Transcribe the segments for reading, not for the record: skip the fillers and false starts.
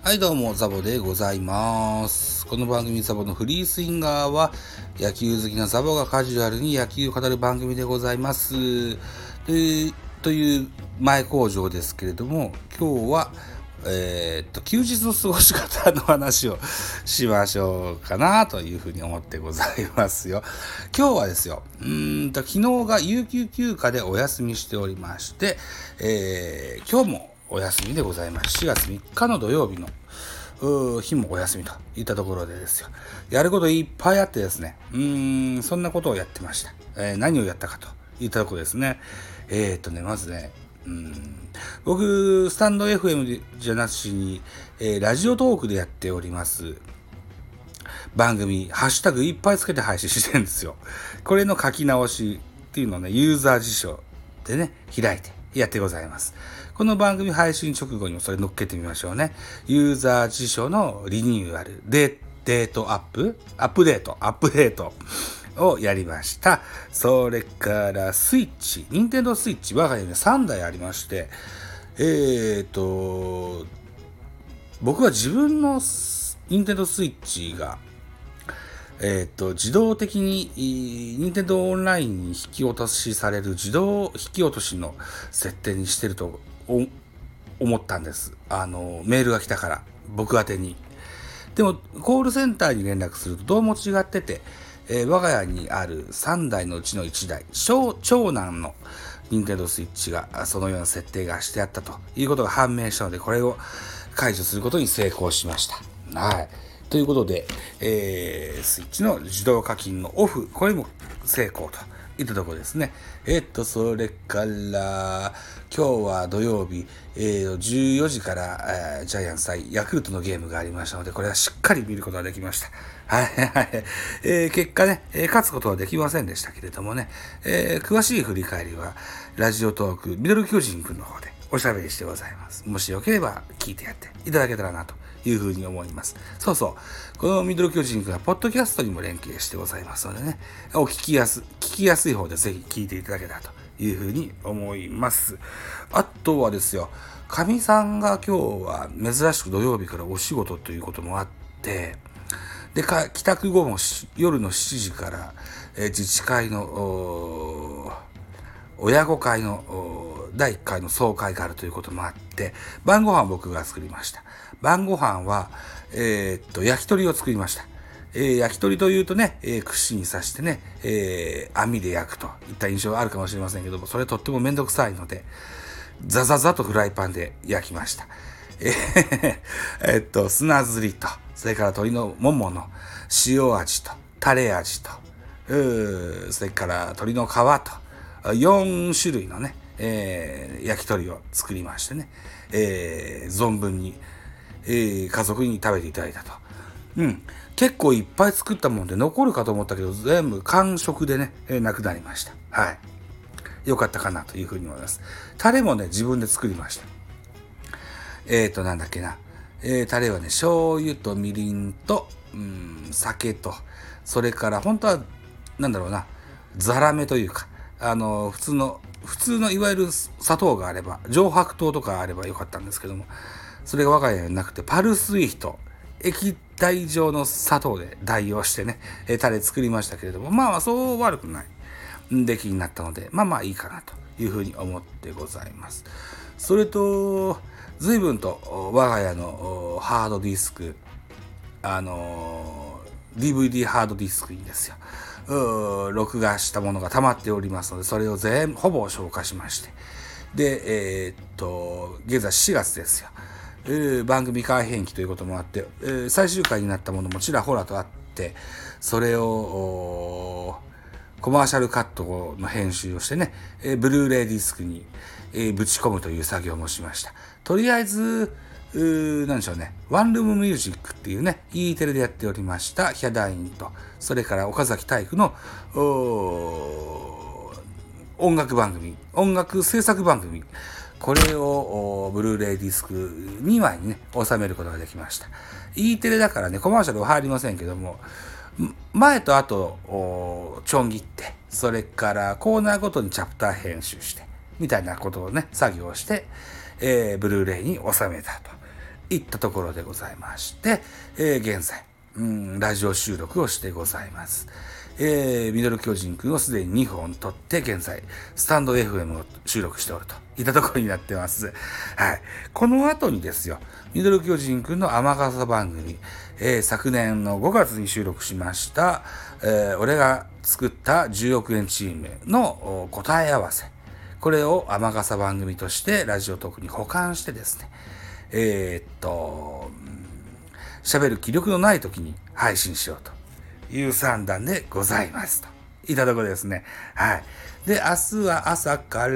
はいどうも、ザボでございます。この番組ザボのフリースインガーは野球好きなザボがカジュアルに野球を語る番組でございます。という前工場ですけれども、今日は休日の過ごし方の話をしましょうかなというふうに思ってございますよ。今日はですよ、昨日が有給休暇でお休みしておりまして、今日もお休みでございます。4月3日の土曜日の日もお休みといったところでですよ。やることいっぱいあってですね、そんなことをやってました。何をやったかといったところですね。まずね、僕、スタンド FM じゃなしに、ラジオトークでやっております番組、ハッシュタグいっぱいつけて配信してるんですよ。これの書き直しっていうのをね、ユーザー辞書でね、開いてやってございます。この番組配信直後にもそれ乗っけてみましょうね。ユーザー辞書のリニューアル、デートアップデートをやりました。それからスイッチ、任天堂スイッチ、我が家に3台ありまして、僕は自分の任天堂スイッチが自動的に任天堂オンラインに引き落としされる自動引き落としの設定にしてると思ったんです。メールが来たから僕宛てに。でもコールセンターに連絡するとどうも違ってて、我が家にある3台のうちの1台、長男の任天堂スイッチがそのような設定がしてあったということが判明したので、これを解除することに成功しました。はい。ということで、スイッチの自動課金のオフ、これも成功といったところですね。それから、今日は土曜日、14時から、ジャイアンツ対ヤクルトのゲームがありましたので、これはしっかり見ることができました。はい。結果ね、勝つことはできませんでしたけれどもね、詳しい振り返りは、ラジオトーク、ミドル巨人くんの方でおしゃべりしてございます。もしよければ聞いてやっていただけたらなというふうに思います。そうそう。このミドル巨人くんはポッドキャストにも連携してございますのでね、聞きやすい方でぜひ聞いていただけたらというふうに思います。あとはですよ、かみさんが今日は珍しく土曜日からお仕事ということもあって、で、帰宅後も夜の7時から、自治会の親子会の第1回の総会があるということもあって、晩ご飯を僕が作りました。晩ご飯は、焼き鳥を作りました。焼き鳥というとね、串に刺してね、網で焼くといった印象があるかもしれませんけども、それとってもめんどくさいので、ザザザとフライパンで焼きました。砂ずりと、それから鶏のももの塩味と、タレ味と、それから鶏の皮と、4種類のね、焼き鳥を作りましてね、存分に、家族に食べていただいたと。結構いっぱい作ったもんで残るかと思ったけど、全部完食でね、なくなりました。はい。よかったかなというふうに思います。タレもね、自分で作りました。なんだっけな。タレはね、醤油とみりんと、酒と、それから本当は、なんだろうな、ザラメというか、普通のいわゆる砂糖があれば、上白糖とかあればよかったんですけども、それが我が家になくて、パルスイート、液体状の砂糖で代用してね、タレ作りましたけれども、まあそう悪くない出来になったので、まあいいかなというふうに思ってございます。それと、随分と我が家のハードディスク、DVD ハードディスクにですよ、録画したものが溜まっておりますので、それをほぼ消化しまして、で、現在4月ですよ。番組改編期ということもあって、最終回になったものもちらほらとあって、それをコマーシャルカットの編集をしてね、ブルーレイディスクに、ぶち込むという作業もしました。とりあえず、なんでしょうね、ワンルームミュージックっていうね、E テレでやっておりましたヒャダインと、それから岡崎体育の音楽制作番組、これをブルーレイディスク2枚にね、収めることができました。E テレだからね、コマーシャルは入りませんけども、前と後ちょん切って、それからコーナーごとにチャプター編集してみたいなことをね作業をして、ブルーレイに収めたといったところでございまして、現在、ラジオ収録をしてございます。ミドル巨人くんをすでに2本撮って、現在、スタンド FM を収録しておるといったところになってます。はい。この後にですよ、ミドル巨人くんの天笠番組、昨年の5月に収録しました、俺が作った10億円チームの答え合わせ。これを天笠番組としてラジオトークに保管してですね、喋る気力のない時に配信しようという算段でございますといったところですね。はい。で、明日は朝から、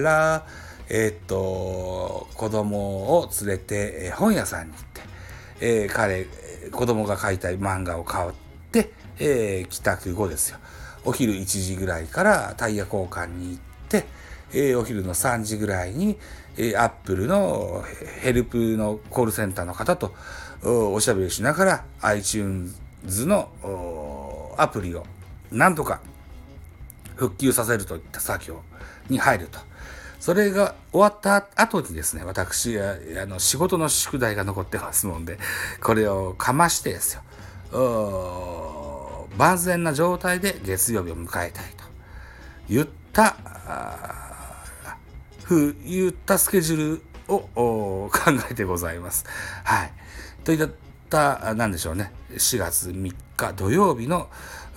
子供を連れて、本屋さんに行って、子供が描いた漫画を買って、帰宅後ですよ。お昼1時ぐらいからタイヤ交換に行って、お昼の3時ぐらいに、アップルのヘルプのコールセンターの方とおしゃべりしながら iTunes のアプリをなんとか復旧させるといった作業に入ると。それが終わった後にですね、私、仕事の宿題が残ってますので、これをかましてですよ、万全な状態で月曜日を迎えたいと言ったスケジュールを考えてございます。はい。といった、なんでしょうね、4月3日土曜日の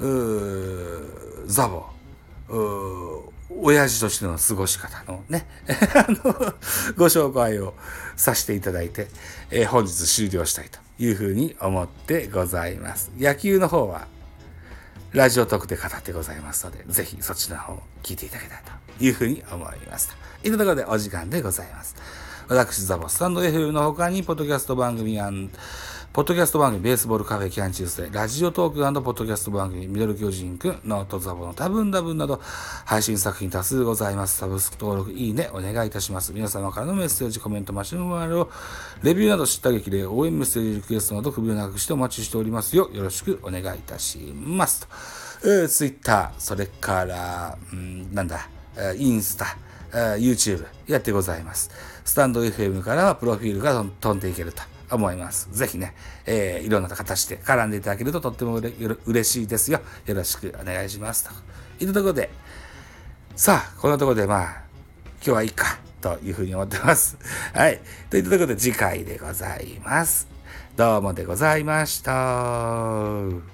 ザボ、親父としての過ごし方のねご紹介をさせていただいて、本日終了したいというふうに思ってございます。野球の方はラジオトークで語ってございますので、ぜひそっちの方を聞いていただきたいというふうに思いますといったところでお時間でございます。私ザボスタンド FM の他にポッドキャスト番組ベースボールカフェキャンチュースでラジオトーク&ポッドキャスト番組ミドル巨人くんノートザボの多分など配信作品多数ございます。サブスク登録いいねお願いいたします。皆様からのメッセージコメントマシュマロレビューなど知った激励応援メッセージリクエストなど首を長くしてお待ちしておりますよ。よろしくお願いいたしますと。ツイッターそれからインスタYouTube やってございます。スタンド FM からはプロフィールが飛んでいけると思います。ぜひね、いろんな形で絡んでいただけるととっても嬉しいですよ。よろしくお願いしますといったところで、さあこのところで今日はいいかというふうに思ってます。はい。といったところで次回でございます。どうもでございました。